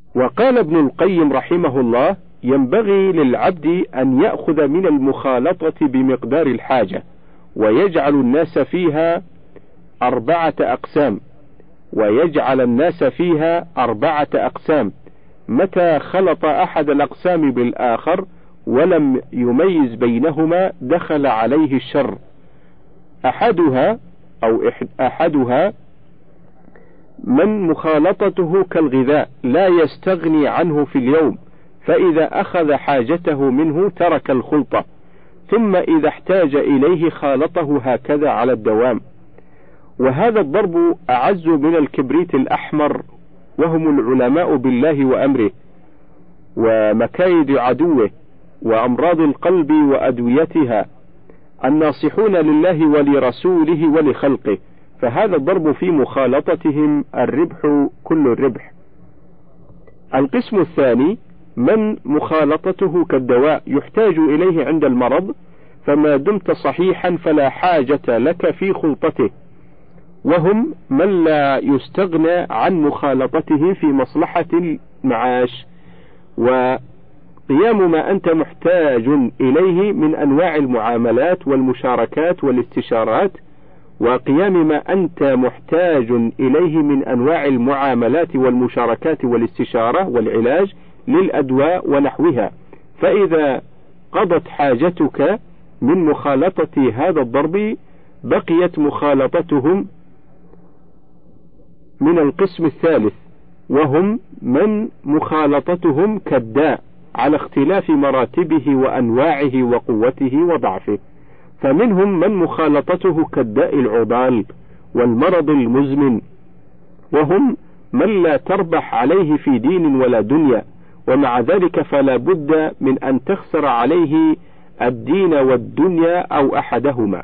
وقال ابن القيم رحمه الله: ينبغي للعبد أن يأخذ من المخالطة بمقدار الحاجة، ويجعل الناس فيها أربعة أقسام، متى خلط أحد الأقسام بالآخر ولم يميز بينهما دخل عليه الشر. أحدها من مخالطته كالغذاء لا يستغني عنه في اليوم، فإذا أخذ حاجته منه ترك الخلطة، ثم إذا احتاج إليه خالطه هكذا على الدوام. وهذا الضرب أعز من الكبريت الأحمر، وهم العلماء بالله وأمره ومكايد عدوه وأمراض القلب وأدويتها، الناصحون لله ولرسوله ولخلقه، فهذا الضرب في مخالطتهم الربح كل الربح. القسم الثاني من مخالطته كالدواء يحتاج إليه عند المرض، فما دمت صحيحا فلا حاجة لك في خلطته، وهم من لا يستغنى عن مخالطته في مصلحة المعاش وقيام ما أنت محتاج إليه من أنواع المعاملات والمشاركات والاستشارات، وقيام ما أنت محتاج إليه من أنواع المعاملات والمشاركات والاستشارة والعلاج للأدواء ونحوها. فإذا قضت حاجتك من مخالطة هذا الضرب بقيت مخالطتهم من القسم الثالث، وهم من مخالطتهم كالداء على اختلاف مراتبه وأنواعه وقوته وضعفه، فمنهم من مخالطته كالداء العضال والمرض المزمن، وهم من لا تربح عليه في دين ولا دنيا، ومع ذلك فلا بد من أن تخسر عليه الدين والدنيا أو أحدهما.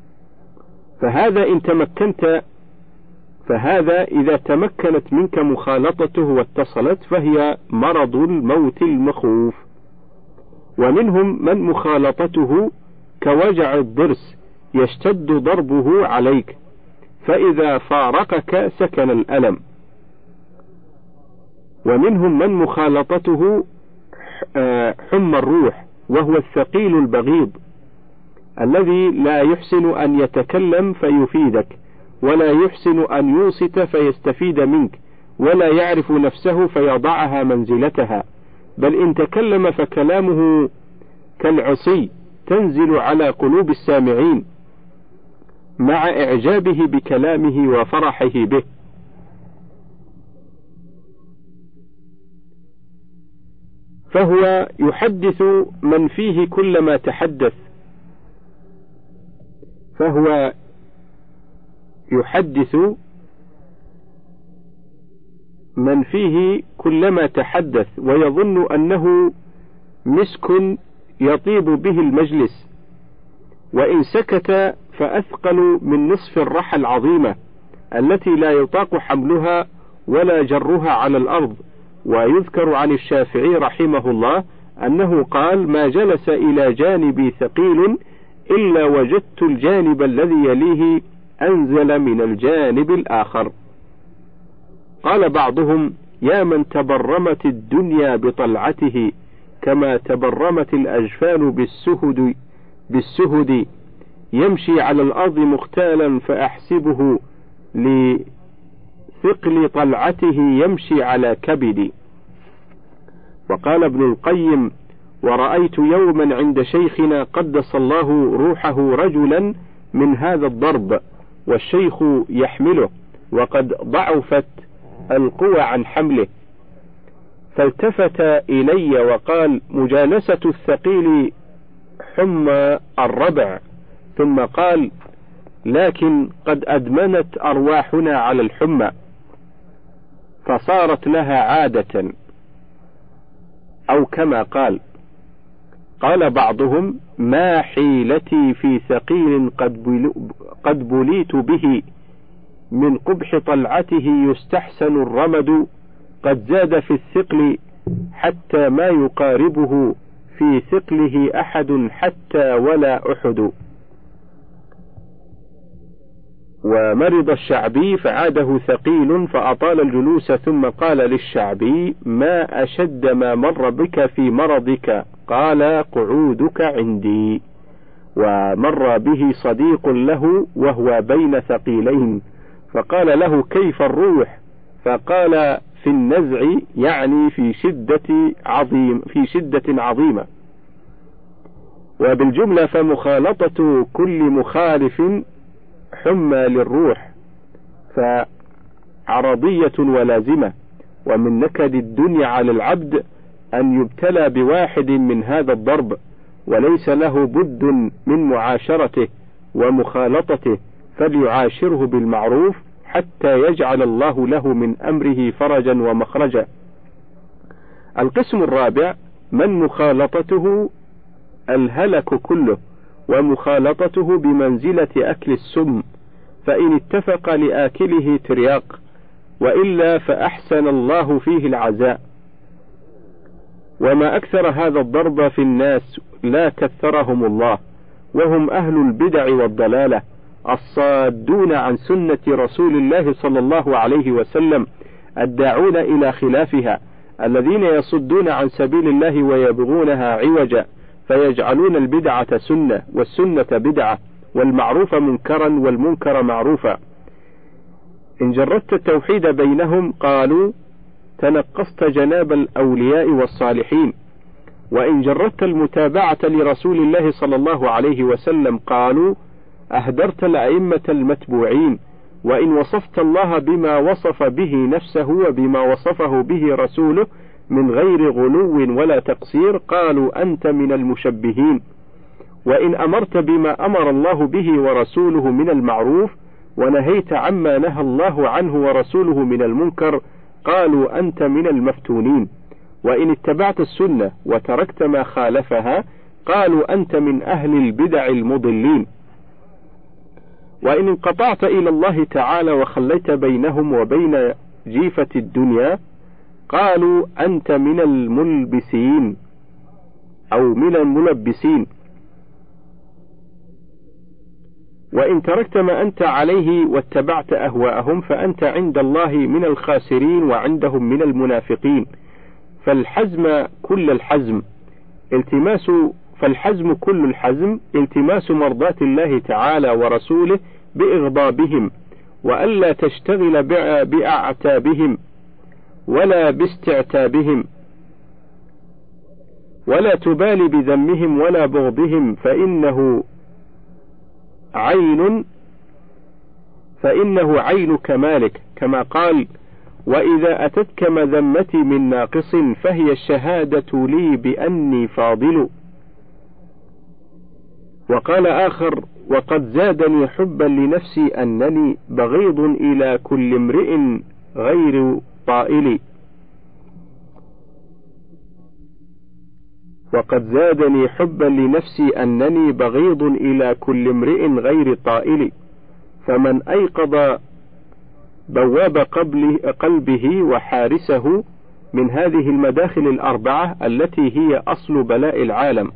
فهذا إذا تمكنت منك مخالطته واتصلت فهي مرض الموت المخوف. ومنهم من مخالطته كوجع الضرس يشتد ضربه عليك، فإذا فارقك سكن الألم. ومنهم من مخالطته حمى الروح، وهو الثقيل البغيض الذي لا يحسن أن يتكلم فيفيدك، ولا يحسن أن يوصت فيستفيد منك، ولا يعرف نفسه فيضعها منزلتها، بل إن تكلم فكلامه كالعصي تنزل على قلوب السامعين مع إعجابه بكلامه وفرحه به. فهو يحدث من فيه كلما تحدث، ويظن أنه مسك يطيب به المجلس، وإن سكت فأثقل من نصف الرحى العظيمة التي لا يطاق حملها ولا جرها على الأرض. ويذكر عن الشافعي رحمه الله أنه قال: ما جلس إلى جانبي ثقيل إلا وجدت الجانب الذي يليه أنزل من الجانب الآخر. قال بعضهم: يا من تبرمت الدنيا بطلعته كما تبرمت الأجفان بالسهد، يمشي على الأرض مختالا فأحسبه لثقل طلعته يمشي على كبدي. وقال ابن القيم: ورأيت يوما عند شيخنا قدس الله روحه رجلا من هذا الضرب، والشيخ يحمله وقد ضعفت القوى عن حمله، فالتفت إلي وقال: مجالسة الثقيل حمى الربع، ثم قال: لكن قد أدمنت أرواحنا على الحمى فصارت لها عادة، أو كما قال. قال بعضهم: ما حيلتي في ثقيل قد بليت به، من قبح طلعته يستحسن الرمد، قد زاد في الثقل حتى ما يقاربه في ثقله أحد حتى ولا أحد. ومرض الشعبي فعاده ثقيل فأطال الجلوس، ثم قال للشعبي: ما أشد ما مر بك في مرضك؟ قال: قعودك عندي. ومر به صديق له وهو بين ثقيلين، فقال له: كيف الروح؟ فقال: في النزع، يعني في شدة عظيمة. وبالجملة فمخالطة كل مخالف حمى للروح، فعرضية ولازمة. ومن نكد الدنيا على العبد أن يبتلى بواحد من هذا الضرب، وليس له بد من معاشرته ومخالطته، فليعاشره بالمعروف حتى يجعل الله له من أمره فرجا ومخرجا. القسم الرابع: من مخالطته الهلك كله، ومخالطته بمنزلة أكل السم، فإن اتفق لآكله ترياق، وإلا فأحسن الله فيه العزاء. وما أكثر هذا الضرب في الناس، لا كثرهم الله، وهم أهل البدع والضلالة الصادون عن سنة رسول الله صلى الله عليه وسلم، الداعون إلى خلافها، الذين يصدون عن سبيل الله ويبغونها عوجا، فيجعلون البدعة سنة والسنة بدعة والمعروف منكرا والمنكر معروفا. إن جردت التوحيد بينهم قالوا: تنقصت جناب الأولياء والصالحين. وإن جردت المتابعة لرسول الله صلى الله عليه وسلم قالوا: أهدرت الأئمة المتبوعين. وإن وصفت الله بما وصف به نفسه وبما وصفه به رسوله من غير غلو ولا تقصير قالوا: أنت من المشبهين. وإن أمرت بما أمر الله به ورسوله من المعروف، ونهيت عما نهى الله عنه ورسوله من المنكر، قالوا: أنت من المفتونين. وإن اتبعت السنة وتركت ما خالفها، قالوا: أنت من أهل البدع المضلين. وإن انقطعت إلى الله تعالى وخليت بينهم وبين جيفة الدنيا، قالوا: أنت من الملبسين أو من الملبسين. وإن تركت ما أنت عليه واتبعت أهواءهم، فأنت عند الله من الخاسرين وعندهم من المنافقين. فالحزم كل الحزم التماس مرضاة الله تعالى ورسوله بإغضابهم، وألا تشتغل بأعتابهم ولا باستعتابهم، ولا تبالي بذمهم ولا بغضهم، فإنه عين كمالك، كما قال: وإذا أتتك مذمتي من ناقص فهي الشهادة لي بأني فاضل. وقال آخر: وقد زادني حبا لنفسي أنني بغيض إلى كل امرئ غير طائل. وقد زادني حبا لنفسي أنني بغيض إلى كل امرئ غير طائل. فمن أيقظ بواب قلبه وحارسه من هذه المداخل الأربعة التي هي أصل بلاء العالم،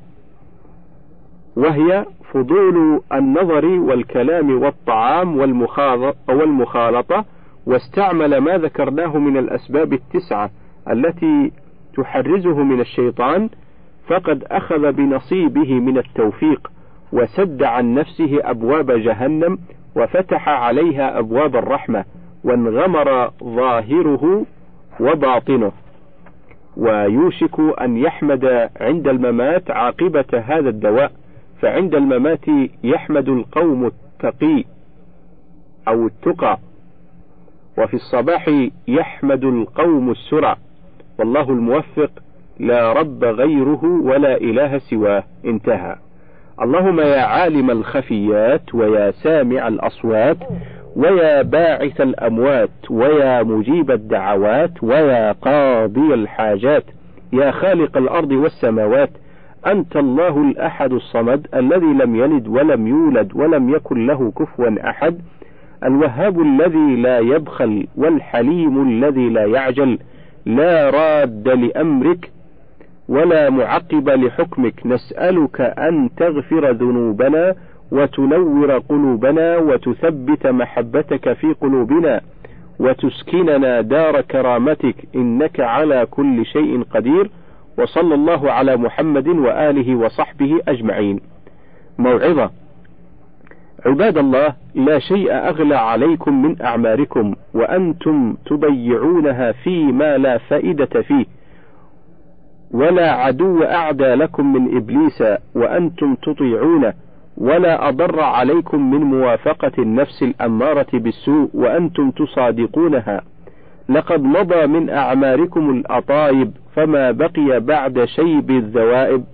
وهي فضول النظر والكلام والطعام والمخالطة، واستعمل ما ذكرناه من الأسباب التسعة التي تحرزه من الشيطان، فقد أخذ بنصيبه من التوفيق، وسد عن نفسه أبواب جهنم، وفتح عليها أبواب الرحمة، وانغمر ظاهره وباطنه. ويوشك أن يحمد عند الممات عاقبة هذا الدواء، فعند الممات يحمد القوم التقي أو التقى، وفي الصباح يحمد القوم السرع. والله الموفق، لا رب غيره ولا إله سواه. انتهى. اللهم يا عالم الخفيات، ويا سامع الأصوات، ويا باعث الأموات، ويا مجيب الدعوات، ويا قاضي الحاجات، يا خالق الأرض والسماوات، أنت الله الأحد الصمد الذي لم يلد ولم يولد ولم يكن له كفوا أحد، الوهاب الذي لا يبخل، والحليم الذي لا يعجل، لا راد لأمرك ولا معقب لحكمك. نسألك أن تغفر ذنوبنا وتنور قلوبنا وتثبت محبتك في قلوبنا وتسكننا دار كرامتك إنك على كل شيء قدير. وصلى الله على محمد وآله وصحبه أجمعين. موعظة. عباد الله، لا شيء أغلى عليكم من أعماركم وأنتم تضيعونها فيما لا فائدة فيه، ولا عدو أعدى لكم من إبليس وأنتم تطيعونه، ولا أضر عليكم من موافقة النفس الأمارة بالسوء وأنتم تصادقونها. لقد مضى من أعماركم الأطايب فما بقي بعد شيب الذوائب.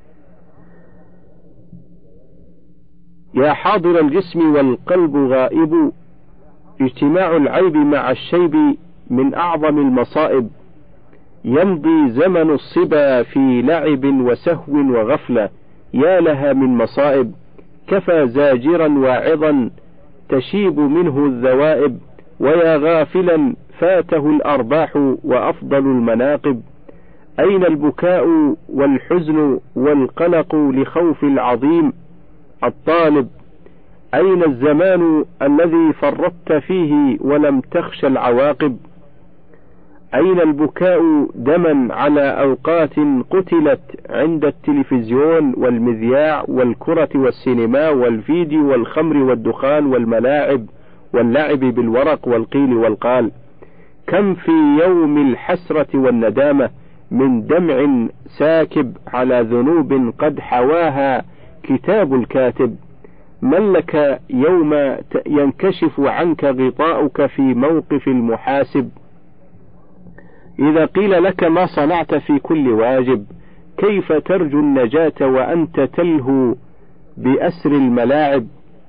يا حاضر الجسم والقلب غائب، اجتماع العيب مع الشيب من أعظم المصائب. يمضي زمن الصبا في لعب وسهو وغفلة، يا لها من مصائب. كفى زاجرا واعظا تشيب منه الذوائب، ويا غافلا فاته الأرباح وأفضل المناقب. أين البكاء والحزن والقلق لخوف العظيم الطالب؟ أين الزمان الذي فرطت فيه ولم تخش العواقب؟ أين البكاء دما على أوقات قتلت عند التلفزيون والمذياع والكرة والسينما والفيديو والخمر والدخان والملاعب واللعب بالورق والقيل والقال؟ كم في يوم الحسرة والندامة من دمع ساكب على ذنوب قد حواها كتاب الكاتب. من لك يوم ينكشف عنك غطاؤك في موقف المحاسب؟ إذا قيل لك ما صنعت في كل واجب، كيف ترجو النجاة وأنت تلهو بأسر الملاعب؟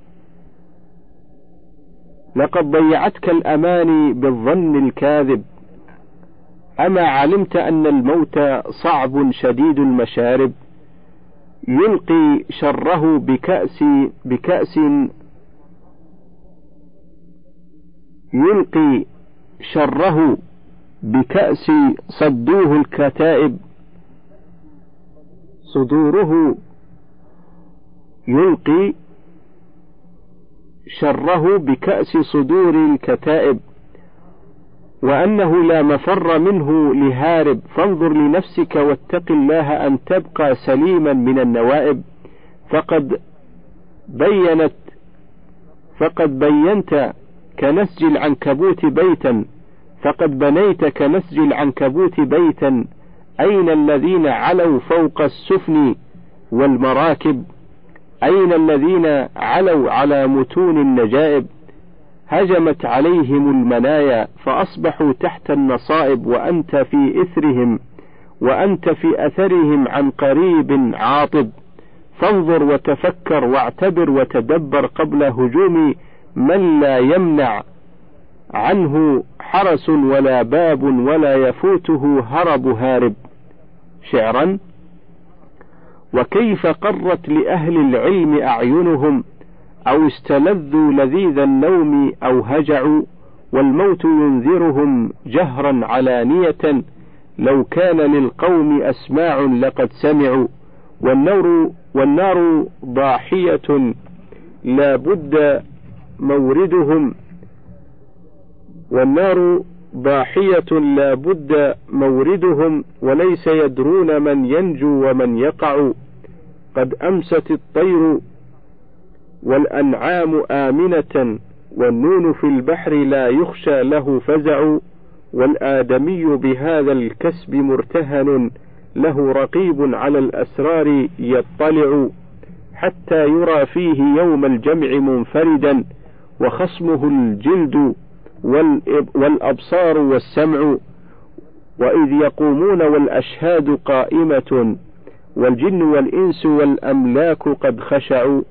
لقد ضيعتك الأماني بالظن الكاذب، أما علمت أن الموت صعب شديد المشارب؟ يلقي شره بكأس صدوه الكتائب صدوره، يلقي شره بكأس صدور الكتائب، وأنه لا مفر منه لهارب. فانظر لنفسك واتق الله أن تبقى سليما من النوائب. فقد بينت كنسج العنكبوت بيتا، فقد بنيت كنسج العنكبوت بيتا. أين الذين علوا فوق السفن والمراكب؟ أين الذين علوا على متون النجائب؟ هجمت عليهم المنايا فأصبحوا تحت النصائب، وأنت في أثرهم عن قريب عاطب. فانظر وتفكر واعتبر وتدبر قبل هجوم من لا يمنع عنه حرس ولا باب ولا يفوته هرب هارب. شعرا. وكيف قرت لأهل العلم أعينهم، أو استلذوا لذيذ النوم أو هجعوا، والموت ينذرهم جهرا علانية، لو كان للقوم أسماع لقد سمعوا. والنار ضاحية لا بد موردهم، وليس يدرون من ينجو ومن يقع. قد أمست الطير والأنعام آمنة، والنون في البحر لا يخشى له فزع. والآدمي بهذا الكسب مرتهن، له رقيب على الأسرار يطلع، حتى يرى فيه يوم الجمع منفردا، وخصمه الجلد والأبصار والسمع. وإذ يقومون والأشهاد قائمة، والجن والإنس والأملاك قد خشعوا.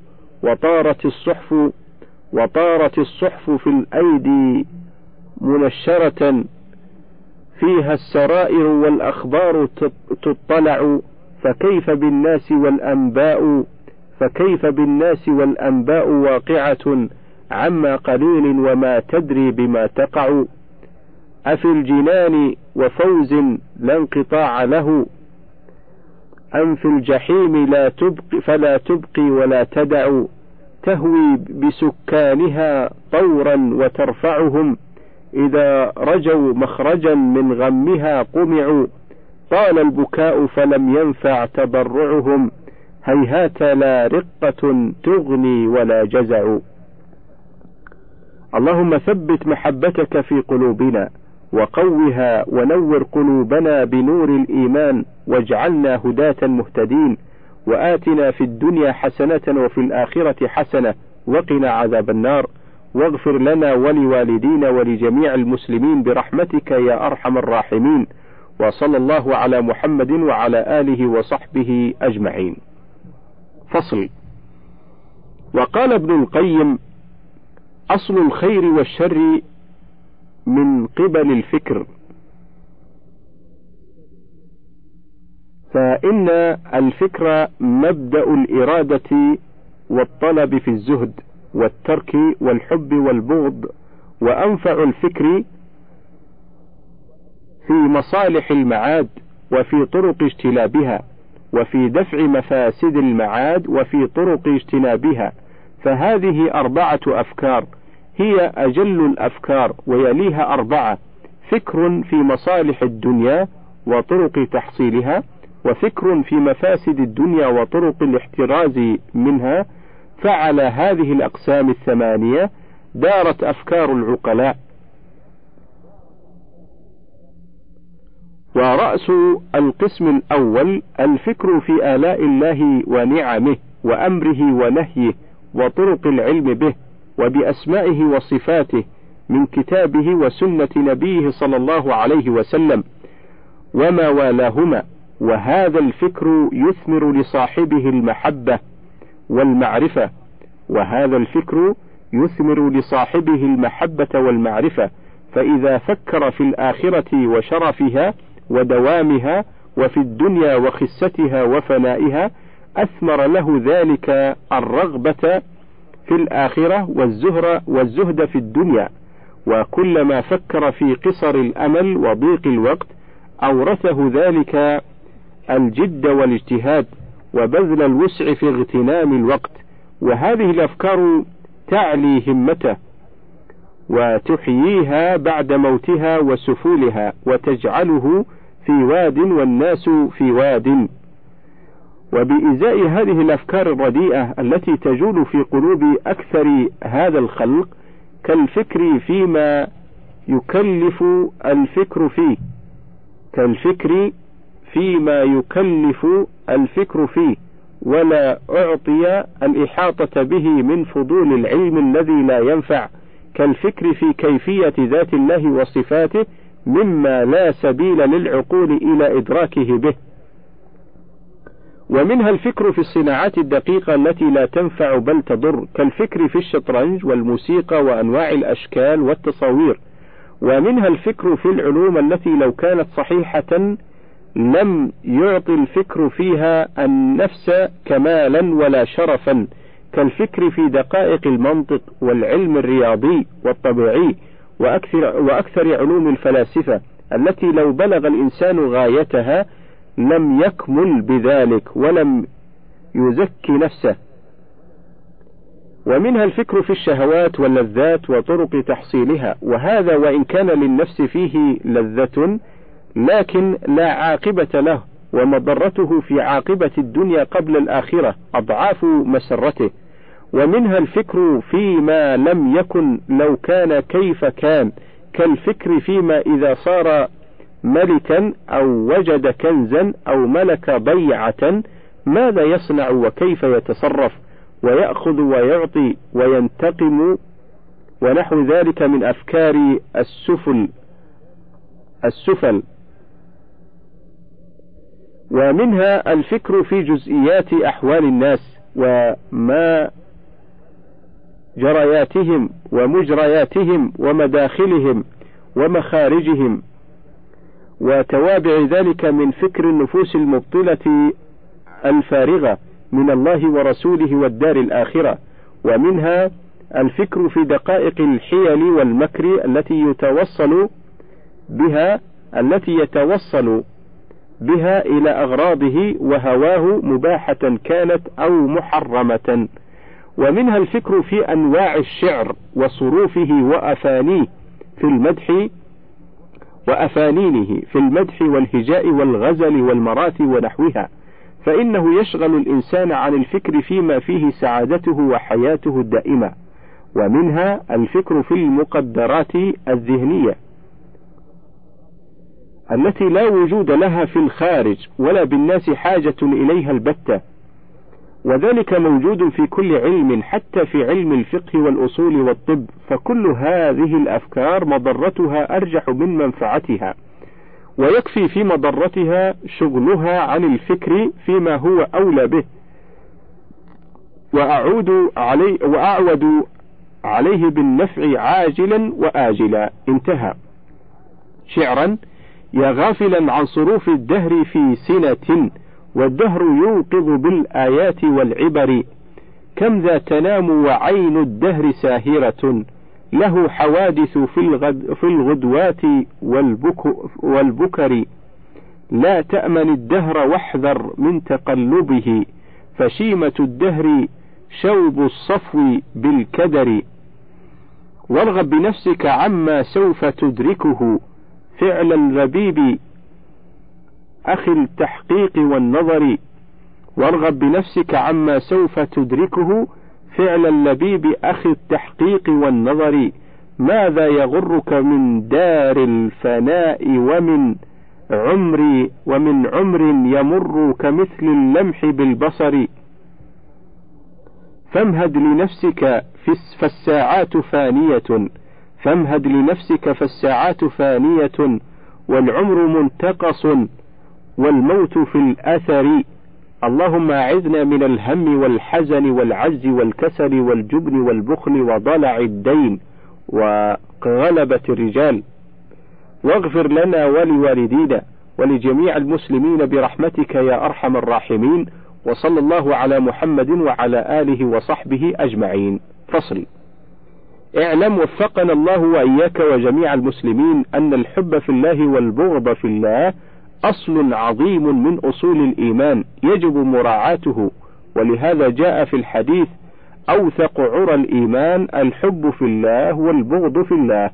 وطارت الصحف في الأيدي منشرة، فيها السرائر والأخبار تطلع. فكيف بالناس والأنباء واقعة، عما قليل وما تدري بما تقع. أفي الجنان وفوز لا انقطاع له، أم في الجحيم فلا تبقي ولا تدع. تهوي بسكانها طورا وترفعهم إذا رجوا مخرجا من غمها قمعوا، طال البكاء فلم ينفع تضرعهم، هيهات لا رقة تغني ولا جزع. اللهم ثبت محبتك في قلوبنا وقوها ونور قلوبنا بنور الإيمان، واجعلنا هداة مهتدين، وآتنا في الدنيا حسنة وفي الآخرة حسنة وقنا عذاب النار، واغفر لنا ولوالدينا ولجميع المسلمين برحمتك يا أرحم الراحمين. وصلى الله على محمد وعلى آله وصحبه أجمعين. فصل. وقال ابن القيم: أصل الخير والشر من قبل الفكر، فإن الفكر مبدأ الإرادة والطلب في الزهد والترك والحب والبغض، وأنفع الفكر في مصالح المعاد وفي طرق اجتلابها، وفي دفع مفاسد المعاد وفي طرق اجتنابها، فهذه 4 أفكار هي أجل الأفكار، ويليها 4: فكر في مصالح الدنيا وطرق تحصيلها، وفكر في مفاسد الدنيا وطرق الاحتراز منها. فعلى هذه الأقسام 8 دارت أفكار العقلاء. ورأس القسم الأول الفكر في آلاء الله ونعمه وأمره ونهيه وطرق العلم به وبأسمائه وصفاته من كتابه وسنة نبيه صلى الله عليه وسلم وما والاهما، وهذا الفكر يثمر لصاحبه المحبة والمعرفة، فإذا فكر في الآخرة وشرفها ودوامها وفي الدنيا وخستها وفنائها، أثمر له ذلك الرغبة في الآخرة والزهد في الدنيا. وكلما فكر في قصر الأمل وضيق الوقت أورثه ذلك الجد والاجتهاد وبذل الوسع في اغتنام الوقت. وهذه الأفكار تعلي همته وتحييها بعد موتها وسفولها، وتجعله في واد والناس في واد. وبإزاء هذه الأفكار الرديئة التي تجول في قلوب أكثر هذا الخلق كالفكر فيما يكلف الفكر فيه ولا أعطي الإحاطة به من فضول العلم الذي لا ينفع، كالفكر في كيفية ذات الله وصفاته مما لا سبيل للعقول إلى إدراكه به. ومنها الفكر في الصناعات الدقيقة التي لا تنفع بل تضر، كالفكر في الشطرنج والموسيقى وأنواع الأشكال والتصاوير. ومنها الفكر في العلوم التي لو كانت صحيحة لم يعطي الفكر فيها النفس كمالا ولا شرفا، كالفكر في دقائق المنطق والعلم الرياضي والطبيعي وأكثر علوم الفلاسفة التي لو بلغ الإنسان غايتها لم يكمل بذلك ولم يزكي نفسه. ومنها الفكر في الشهوات واللذات وطرق تحصيلها، وهذا وإن كان للنفس فيه لذة لكن لا عاقبة له، ومضرته في عاقبة الدنيا قبل الآخرة أضعاف مسرته. ومنها الفكر فيما لم يكن لو كان كيف كان، كالفكر فيما إذا صار ملكا أو وجد كنزا أو ملك ضيعة ماذا يصنع وكيف يتصرف ويأخذ ويعطي وينتقم ونحو ذلك من أفكار السفل. ومنها الفكر في جزئيات أحوال الناس وما جرياتهم ومجرياتهم ومداخلهم ومخارجهم وتوابع ذلك من فكر النفوس المبطلة الفارغة من الله ورسوله والدار الآخرة. ومنها الفكر في دقائق الحيل والمكر التي يتوصل بها إلى أغراضه وهواه مباحة كانت أو محرمة. ومنها الفكر في أنواع الشعر وصروفه وأفانينه في المدح والهجاء والغزل والمراثي ونحوها، فإنه يشغل الإنسان عن الفكر فيما فيه سعادته وحياته الدائمة. ومنها الفكر في المقدرات الذهنية التي لا وجود لها في الخارج ولا بالناس حاجة إليها البتة، وذلك موجود في كل علم حتى في علم الفقه والأصول والطب، فكل هذه الأفكار مضرتها أرجح من منفعتها، ويكفي في مضرتها شغلها عن الفكر فيما هو أولى به، وأعود عليه بالنفع عاجلا وآجلا. انتهى. شعرا: يا غافلا عن صروف الدهر في سنة، والدهر يوقظ بالآيات والعبر، كم ذا تنام وعين الدهر ساهرة، له حوادث في الغدوات والبكر، لا تأمن الدهر واحذر من تقلبه، فشيمة الدهر شوب الصفو بالكدر، وارغب بنفسك عما سوف تدركه، فعل اللبيب أخي التحقيق والنظر، وارغب بنفسك عما سوف تدركه، فعل اللبيب أخي التحقيق والنظر، ماذا يغرك من دار الفناء ومن عمر يمر كمثل اللمح بالبصر، فامهد لنفسك فالساعات فانية، والعمر منتقص والموت في الأثر، اللهم أعذنا من الهم والحزن والعجز والكسل والجبن والبخل وضلع الدين وغلبة الرجال، واغفر لنا ولوالدينا ولجميع المسلمين برحمتك يا أرحم الراحمين، وصلى الله على محمد وعلى آله وصحبه أجمعين. فصل. اعلم وفقنا الله وإياك وجميع المسلمين أن الحب في الله والبغض في الله أصل عظيم من أصول الإيمان يجب مراعاته، ولهذا جاء في الحديث: أوثق عرى الإيمان الحب في الله والبغض في الله.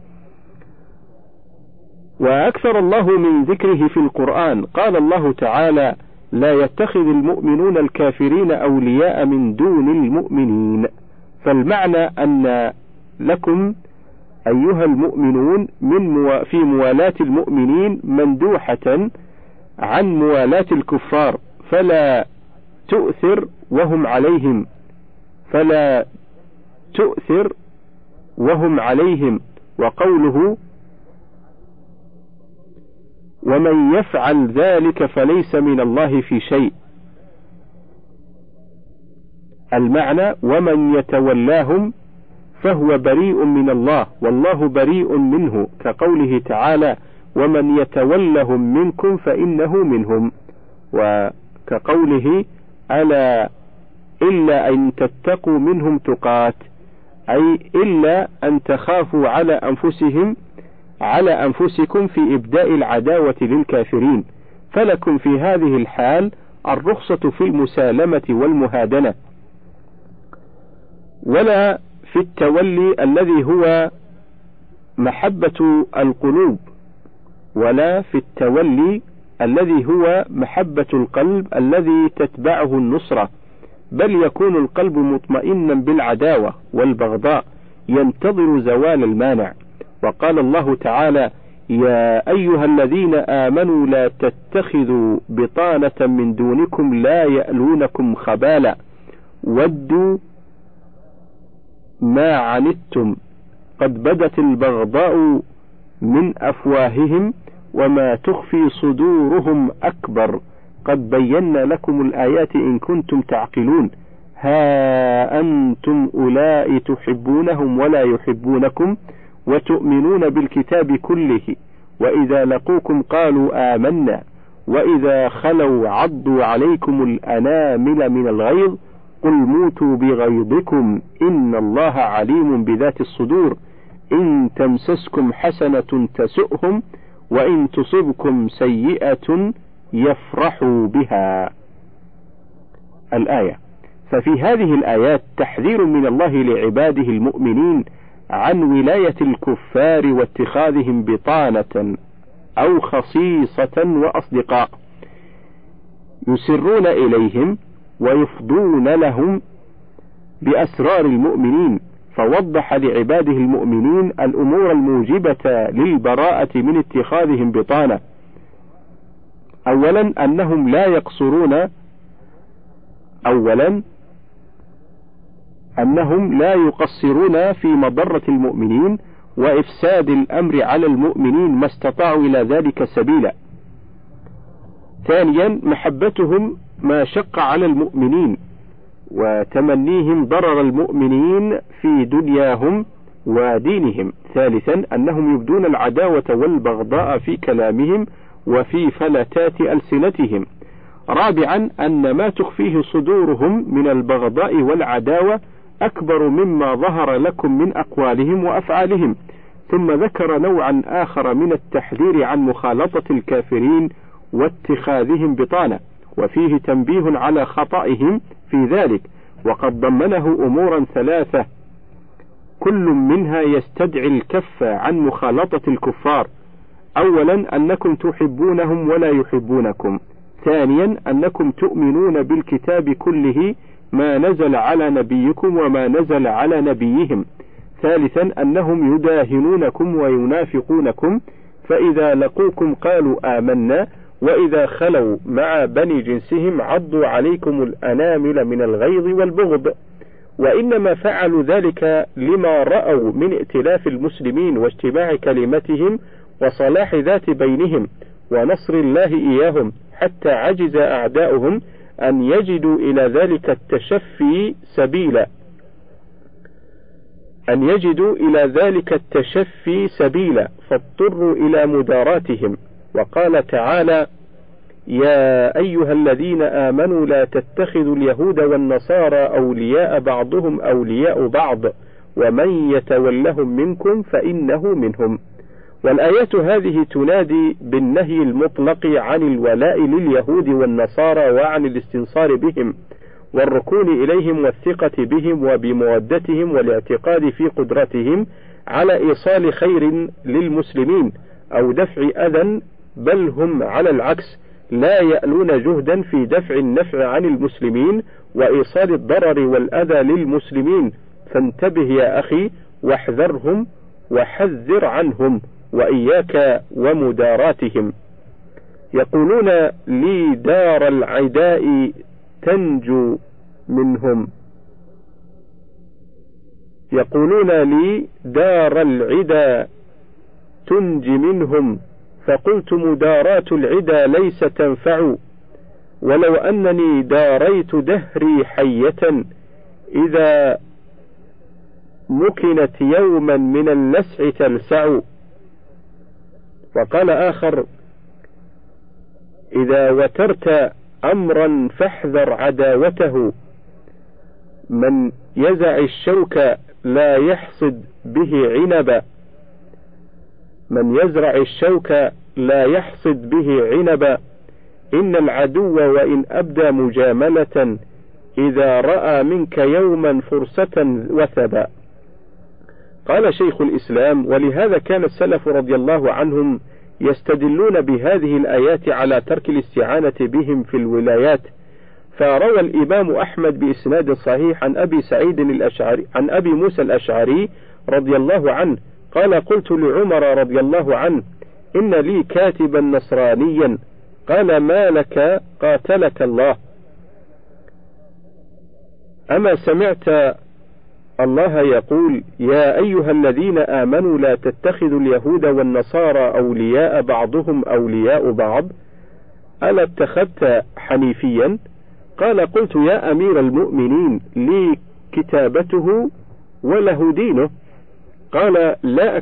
وأكثر الله من ذكره في القرآن، قال الله تعالى: لا يتخذ المؤمنون الكافرين أولياء من دون المؤمنين، فالمعنى أن لكم أيها المؤمنون في موالاة المؤمنين مندوحة عن موالاة الكفار، فلا تؤثر وهم عليهم. وقوله: ومن يفعل ذلك فليس من الله في شيء، المعنى: ومن يتولاهم فهو بريء من الله والله بريء منه، كقوله تعالى: ومن يتولهم منكم فإنه منهم، وكقوله: ألا إلا أن تتقوا منهم تقات، أي إلا أن تخافوا على أنفسكم في إبداء العداوة للكافرين، فلكم في هذه الحال الرخصة في المسالمة والمهادنة، ولا في التولي الذي هو محبة القلوب، القلب الذي تتبعه النصرة، بل يكون القلب مطمئنا بالعداوة والبغضاء ينتظر زوال المانع. وقال الله تعالى: يا أيها الذين آمنوا لا تتخذوا بطانة من دونكم لا يألونكم خبالا ودوا ما عنتم قد بدت البغضاء من أفواههم وما تخفي صدورهم أكبر قد بينا لكم الآيات إن كنتم تعقلون، ها أنتم أولئك تحبونهم ولا يحبونكم وتؤمنون بالكتاب كله، وإذا لقوكم قالوا آمنا وإذا خلوا عضوا عليكم الأنامل من الغيظ قل موتوا بغيظكم إن الله عليم بذات الصدور، إن تمسسكم حسنة تسؤهم وإن تصبكم سيئة يفرحوا بها. الآية. ففي هذه الآيات تحذير من الله لعباده المؤمنين عن ولاية الكفار واتخاذهم بطانة أو خصيصة وأصدقاء يسرون إليهم ويفضون لهم بأسرار المؤمنين، فوضح لعباده المؤمنين الأمور الموجبة للبراءة من اتخاذهم بطانة. أولا أنهم لا يقصرون في مضرة المؤمنين وإفساد الأمر على المؤمنين ما استطاعوا إلى ذلك سبيلا. ثانيا محبتهم ما شق على المؤمنين وتمنيهم ضرر المؤمنين في دنياهم ودينهم. ثالثا أنهم يبدون العداوة والبغضاء في كلامهم وفي فلتات ألسنتهم. رابعا أن ما تخفيه صدورهم من البغضاء والعداوة أكبر مما ظهر لكم من أقوالهم وأفعالهم. ثم ذكر نوعا آخر من التحذير عن مخالطة الكافرين واتخاذهم بطانة، وفيه تنبيه على خطئهم في ذلك، وقد ضمنه أمورا ثلاثة كل منها يستدعي الكف عن مخالطة الكفار. أولا أنكم تحبونهم ولا يحبونكم. ثانيا أنكم تؤمنون بالكتاب كله ما نزل على نبيكم وما نزل على نبيهم. ثالثا أنهم يداهنونكم وينافقونكم، فإذا لقوكم قالوا آمنا وإذا خلوا مع بني جنسهم عضوا عليكم الأنامل من الغيظ والبغض. وإنما فعلوا ذلك لما رأوا من ائتلاف المسلمين واجتماع كلمتهم وصلاح ذات بينهم ونصر الله إياهم، حتى عجز أعداؤهم أن يجدوا إلى ذلك التشفي سبيلا فاضطروا إلى مداراتهم. وقال تعالى: يا أيها الذين آمنوا لا تتخذوا اليهود والنصارى أولياء بعضهم أولياء بعض ومن يتولهم منكم فإنه منهم. والآيات هذه تنادي بالنهي المطلق عن الولاء لليهود والنصارى وعن الاستنصار بهم والركون إليهم والثقة بهم وبمودتهم والاعتقاد في قدرتهم على إيصال خير للمسلمين أو دفع أذى، بل هم على العكس لا يألون جهدا في دفع النفع عن المسلمين وإيصال الضرر والأذى للمسلمين. فانتبه يا أخي واحذرهم وحذر عنهم وإياك ومداراتهم. يقولون لي دار العداء تنجو منهم، يقولون لي دار العدا تنجي منهم، فقلت مدارات العدا ليس تنفع، ولو أنني داريت دهري حية إذا مكنت يوما من اللسع تلسع. وقال آخر: إذا وترت أمرا فاحذر عداوته، من يزع الشوك لا يحصد به عنبا، من يزرع الشوك لا يحصد به عنبا، إن العدو وإن أبدى مجاملة إذا رأى منك يوما فرصة وثبا. قال شيخ الإسلام: ولهذا كان السلف رضي الله عنهم يستدلون بهذه الآيات على ترك الاستعانة بهم في الولايات. فروى الإمام أحمد بإسناد صحيح عن أبي موسى الأشعري رضي الله عنه قال: قلت لعمر رضي الله عنه: إن لي كاتبا نصرانيا. قال: ما لك؟ قاتلك الله. أما سمعت الله يقول: يا أيها الذين آمنوا لا تتخذوا اليهود والنصارى أولياء بعضهم أولياء بعض، ألا اتخذت حنيفيا؟ قال: قلت يا أمير المؤمنين لي كتابته وله دينه. قال: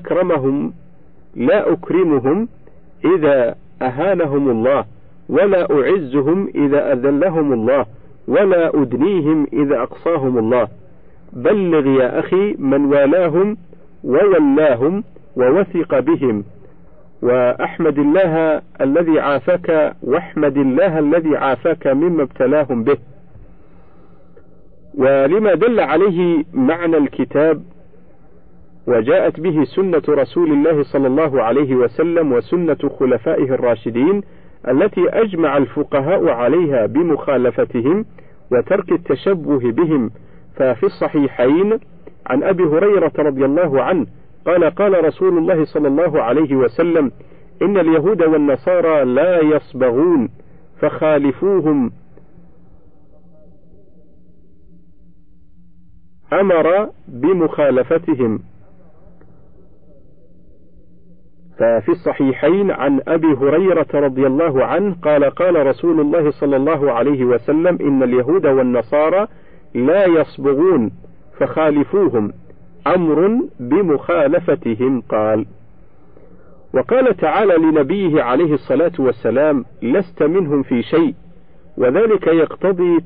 لا أكرمهم إذا أهانهم الله، ولا أعزهم إذا أذلهم الله، ولا أدنيهم إذا أقصاهم الله. بلغ يا أخي من والاهم وولاهم ووثق بهم، واحمد الله الذي عافاك مما ابتلاهم به. ولما دل عليه معنى الكتاب وجاءت به سنة رسول الله صلى الله عليه وسلم وسنة خلفائه الراشدين التي أجمع الفقهاء عليها بمخالفتهم وترك التشبه بهم. ففي الصحيحين عن أبي هريرة رضي الله عنه قال قال رسول الله صلى الله عليه وسلم: إن اليهود والنصارى لا يصبغون فخالفوهم. أمر بمخالفتهم. ففي الصحيحين عن أبي هريرة رضي الله عنه قال قال رسول الله صلى الله عليه وسلم: إن اليهود والنصارى لا يصبغون فخالفوهم، أمر بمخالفتهم. قال. وقال تعالى لنبيه عليه الصلاة والسلام: لست منهم في شيء، وذلك يقتضي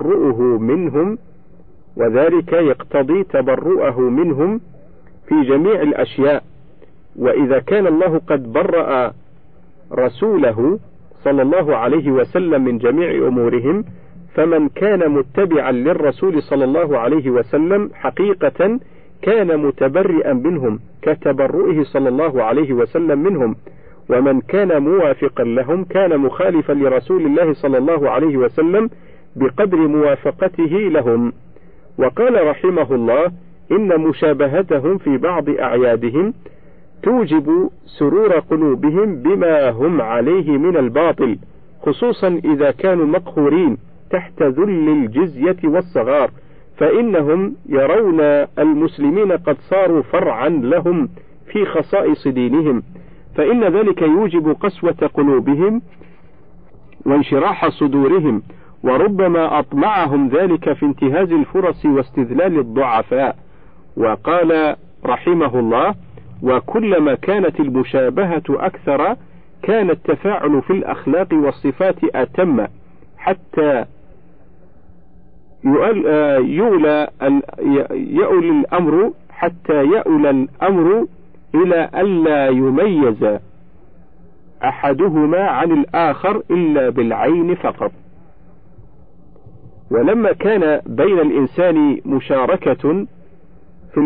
تبرؤه منهم في جميع الأشياء. وإذا كان الله قد برأ رسوله صلى الله عليه وسلم من جميع أمورهم، فمن كان متبعا للرسول صلى الله عليه وسلم حقيقة كان متبرئا منهم كتبرؤه صلى الله عليه وسلم منهم، ومن كان موافقا لهم كان مخالفا لرسول الله صلى الله عليه وسلم بقدر موافقته لهم. وقال رحمه الله: إن مشابهتهم في بعض أعيادهم توجب سرور قلوبهم بما هم عليه من الباطل، خصوصا إذا كانوا مقهورين تحت ذل الجزية والصغار، فإنهم يرون المسلمين قد صاروا فرعا لهم في خصائص دينهم، فإن ذلك يوجب قسوة قلوبهم وانشراح صدورهم، وربما أطمعهم ذلك في انتهاز الفرص واستذلال الضعفاء. وقال رحمه الله: وكلما كانت المشابهة أكثر كان التفاعل في الأخلاق والصفات أتم، حتى يؤول الأمر إلى ألا يميز أحدهما عن الآخر إلا بالعين فقط. ولما كان بين الإنسان مشاركة في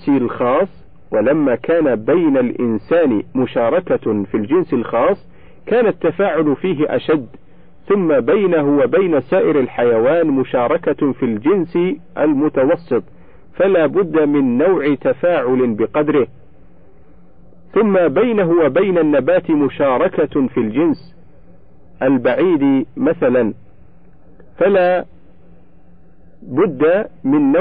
الجنس الخاص كان التفاعل فيه أشد، ثم بينه وبين سائر الحيوان مشاركة في الجنس المتوسط، فلا بد من نوع تفاعل بقدره، ثم بينه وبين النبات مشاركة في الجنس البعيد مثلا، فلا بد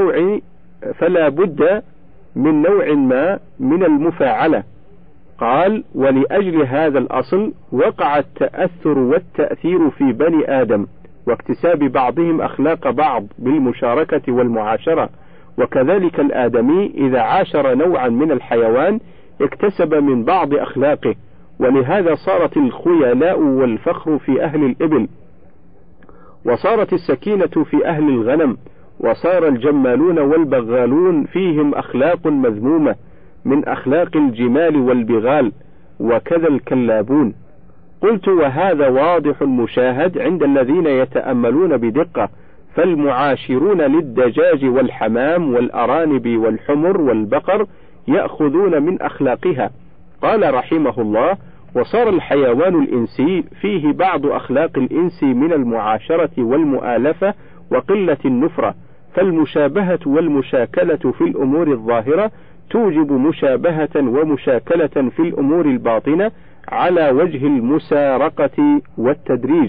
من نوع ما من المفاعلة. قال: ولأجل هذا الأصل وقع التأثر والتأثير في بني آدم، واكتساب بعضهم أخلاق بعض بالمشاركة والمعاشرة، وكذلك الآدمي إذا عاشر نوعا من الحيوان اكتسب من بعض أخلاقه، ولهذا صارت الخيلاء والفخر في أهل الإبل، وصارت السكينة في أهل الغنم، وصار الجمالون والبغالون فيهم أخلاق مذمومة من أخلاق الجمال والبغال، وكذا الكلابون. قلت: وهذا واضح مشاهد عند الذين يتأملون بدقة، فالمعاشرون للدجاج والحمام والأرانب والحمر والبقر يأخذون من أخلاقها. قال رحمه الله: وصار الحيوان الإنسي فيه بعض أخلاق الإنس من المعاشرة والمؤالفة وقلة النفرة، فالمشابهة والمشاكلة في الأمور الظاهرة توجب مشابهة ومشاكلة في الأمور الباطنة على وجه المسارقة والتدريج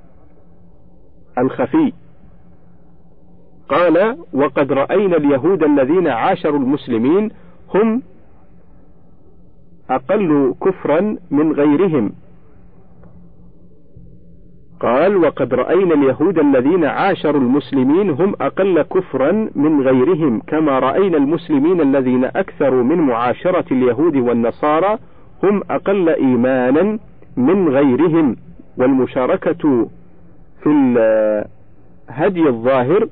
الخفي. قال: وقد رأينا اليهود الذين عاشروا المسلمين هم أقل كفرا من غيرهم. قال: وقد رأينا اليهود الذين عاشروا المسلمين هم أقل كفرا من غيرهم، كما رأينا المسلمين الذين أكثروا من معاشرة اليهود والنصارى هم أقل إيمانا من غيرهم. والمشاركة في الهدي الظاهر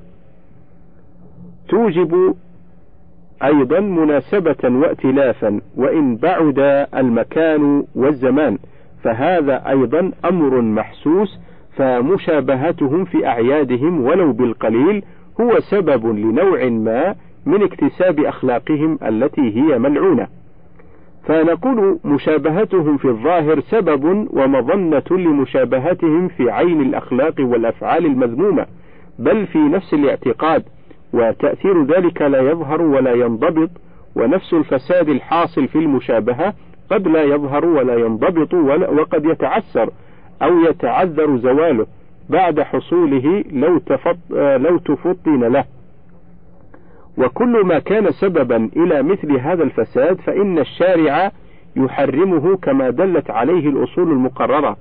توجب أيضا مناسبة وائتلافا، وإن بعد المكان والزمان، فهذا أيضا أمر محسوس، فمشابهتهم في أعيادهم ولو بالقليل هو سبب لنوع ما من اكتساب أخلاقهم التي هي ملعونة. فنقول مشابهتهم في الظاهر سبب ومظنة لمشابهتهم في عين الأخلاق والأفعال المذمومة، بل في نفس الاعتقاد، وتأثير ذلك لا يظهر ولا ينضبط، ونفس الفساد الحاصل في المشابهة قد لا يظهر ولا ينضبط وقد يتعسر أو يتعذر زواله بعد حصوله لو تفطن له. وكل ما كان سببا إلى مثل هذا الفساد فإن الشارع يحرمه كما دلت عليه الأصول المقررة.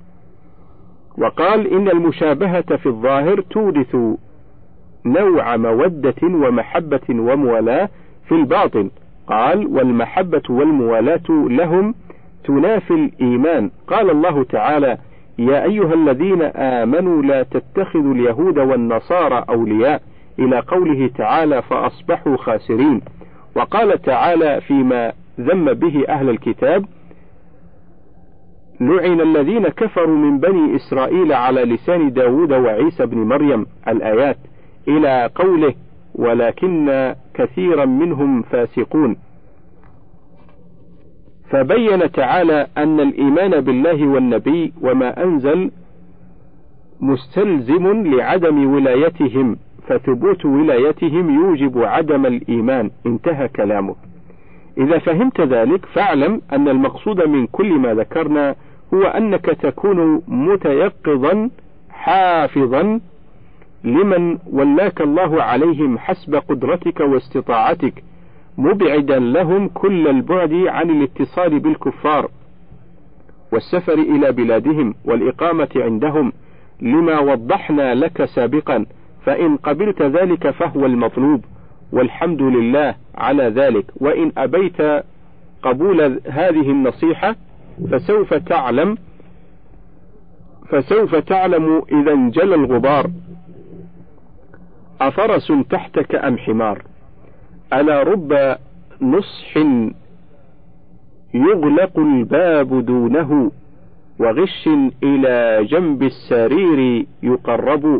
وقال إن المشابهة في الظاهر تورث نوع مودة ومحبة وموالاة في الباطن. قال والمحبة والموالاة لهم تنافي الإيمان. قال الله تعالى يا أيها الذين آمنوا لا تتخذوا اليهود والنصارى أولياء إلى قوله تعالى فأصبحوا خاسرين. وقال تعالى فيما ذم به أهل الكتاب لعن الذين كفروا من بني إسرائيل على لسان داود وعيسى بن مريم الآيات إلى قوله ولكن كثيرا منهم فاسقون. فبين تعالى أن الإيمان بالله والنبي وما أنزل مستلزم لعدم ولايتهم، فثبوت ولايتهم يوجب عدم الإيمان. انتهى كلامه. إذا فهمت ذلك فاعلم أن المقصود من كل ما ذكرنا هو أنك تكون متيقظا حافظا لمن ولاك الله عليهم حسب قدرتك واستطاعتك، مبعدا لهم كل البعد عن الاتصال بالكفار والسفر إلى بلادهم والإقامة عندهم لما وضحنا لك سابقا. فإن قبلت ذلك فهو المطلوب، والحمد لله على ذلك. وإن أبيت قبول هذه النصيحة فسوف تعلم إذا انجلى الغبار أفرس تحتك أم حمار. ألا رب نصح يغلق الباب دونه وغش إلى جنب السرير يقرب.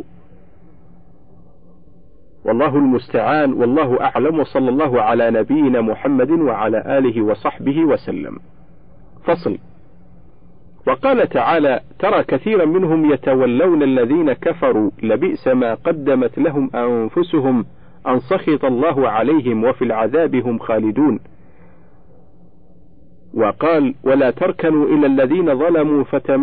والله المستعان، والله أعلم، وصلى الله على نبينا محمد وعلى آله وصحبه وسلم. فصل. وقال تعالى ترى كثيرا منهم يتولون الذين كفروا لبئس ما قدمت لهم أنفسهم أن سخط الله عليهم وفي العذاب هم خالدون. وقال ولا تركنوا إلى الذين ظلموا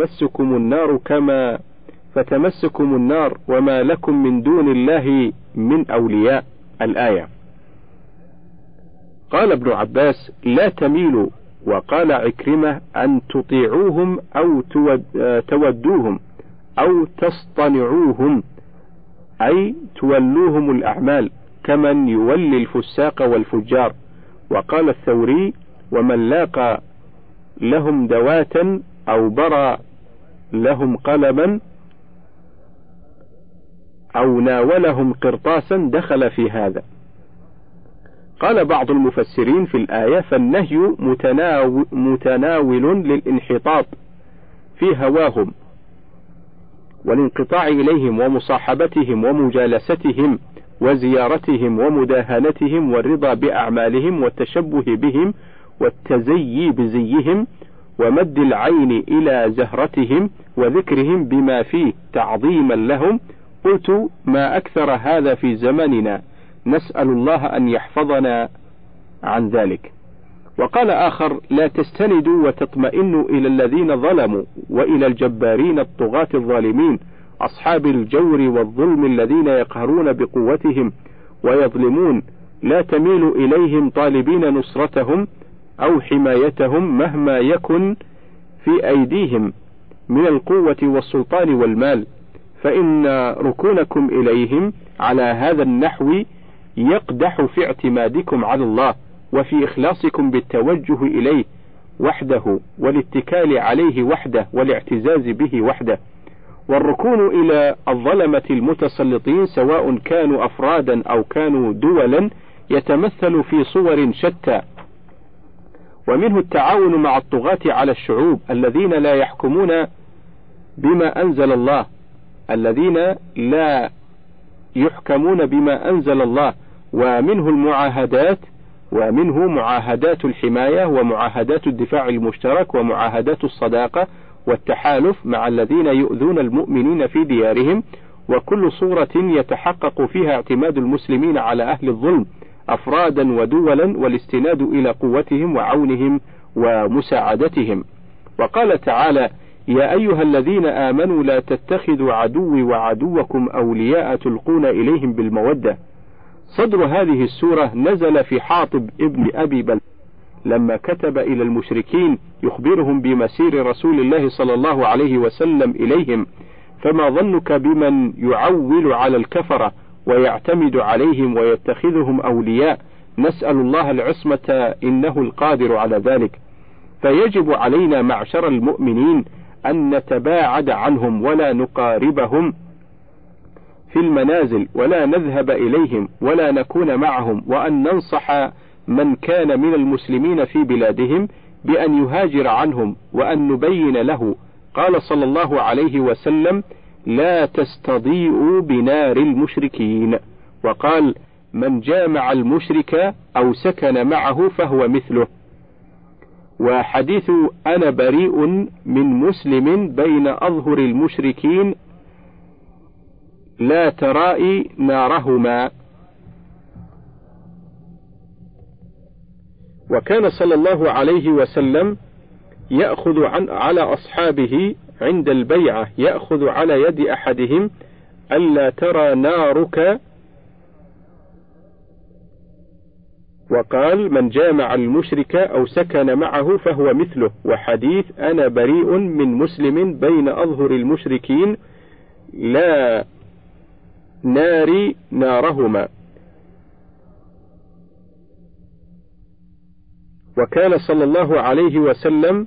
فتمسكم النار وما لكم من دون الله من أولياء. الآية. قال ابن عباس لا تميلوا. وقال عكرمة أن تطيعوهم أو تودوهم أو تصطنعوهم، أي تولوهم الأعمال كمن يولي الفساق والفجار. وقال الثوري ومن لاقى لهم دواتا أو برى لهم قلما أو ناولهم قرطاسا دخل في هذا. قال بعض المفسرين في الآية فالنهي متناول للانحطاط في هواهم والانقطاع إليهم ومصاحبتهم ومجالستهم وزيارتهم ومداهنتهم والرضا بأعمالهم والتشبه بهم والتزيي بزيهم ومد العين إلى زهرتهم وذكرهم بما فيه تعظيما لهم. قلت ما أكثر هذا في زماننا، نسأل الله أن يحفظنا عن ذلك. وقال آخر لا تستندوا وتطمئنوا إلى الذين ظلموا وإلى الجبارين الطغاة الظالمين أصحاب الجور والظلم الذين يقهرون بقوتهم ويظلمون. لا تميلوا إليهم طالبين نصرتهم أو حمايتهم مهما يكن في أيديهم من القوة والسلطان والمال، فإن ركونكم إليهم على هذا النحو يقدح في اعتمادكم على الله وفي إخلاصكم بالتوجه إليه وحده والاتكال عليه وحده والاعتزاز به وحده. والركون إلى الظلمة المتسلطين سواء كانوا أفرادا أو كانوا دولا يتمثل في صور شتى، ومنه التعاون مع الطغاة على الشعوب الذين لا يحكمون بما أنزل الله، الذين لا يحكمون بما أنزل الله، ومنه معاهدات الحماية، ومعاهدات الدفاع المشترك، ومعاهدات الصداقة والتحالف مع الذين يؤذون المؤمنين في ديارهم، وكل صورة يتحقق فيها اعتماد المسلمين على أهل الظلم أفرادا ودولا، والاستناد إلى قوتهم وعونهم ومساعدتهم. وقال تعالى: يا أيها الذين آمنوا لا تتخذوا عدوي وعدوكم أولياء تلقون إليهم بالمودة. صدر هذه السورة نزل في حاطب ابن أبي بلتعة لما كتب إلى المشركين يخبرهم بمسير رسول الله صلى الله عليه وسلم إليهم: فما ظنك بمن يعول على الكفرة ويعتمد عليهم ويتخذهم أولياء؟ نسأل الله العصمة إنه القادر على ذلك. فيجب علينا معشر المؤمنين أن نتباعد عنهم ولا نقاربهم في المنازل، ولا نذهب إليهم ولا نكون معهم، وأن ننصح من كان من المسلمين في بلادهم بأن يهاجر عنهم، وأن نبين له. قال صلى الله عليه وسلم: لا تستضيئوا بنار المشركين. وقال: من جامع المشرك أو سكن معه فهو مثله. وحديث أنا بريء من مسلم بين أظهر المشركين لا ترائي نارهما. وكان صلى الله عليه وسلم يأخذ على أصحابه عند البيعة، يأخذ على يد أحدهم: ألا ترى نارك. وقال: من جامع المشرك أو سكن معه فهو مثله. وحديث أنا بريء من مسلم بين أظهر المشركين لا ناري نارهما. وكان صلى الله عليه وسلم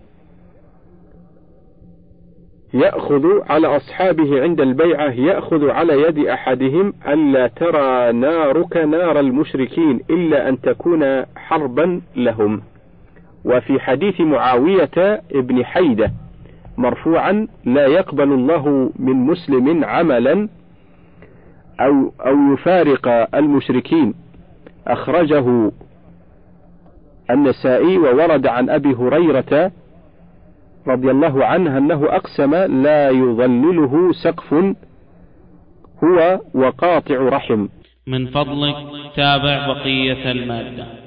يأخذ على أصحابه عند البيعة، يأخذ على يد أحدهم: ألا ترى نارك نار المشركين إلا أن تكون حربا لهم. وفي حديث معاوية ابن حيدة مرفوعا: لا يقبل الله من مسلم عملا أو يفارق المشركين. أخرجه النسائي. وورد عن أبي هريرة رضي الله عنه أنه أقسم لا يظلله سقف هو وقاطع رحم. من فضلك تابع بقية المادة.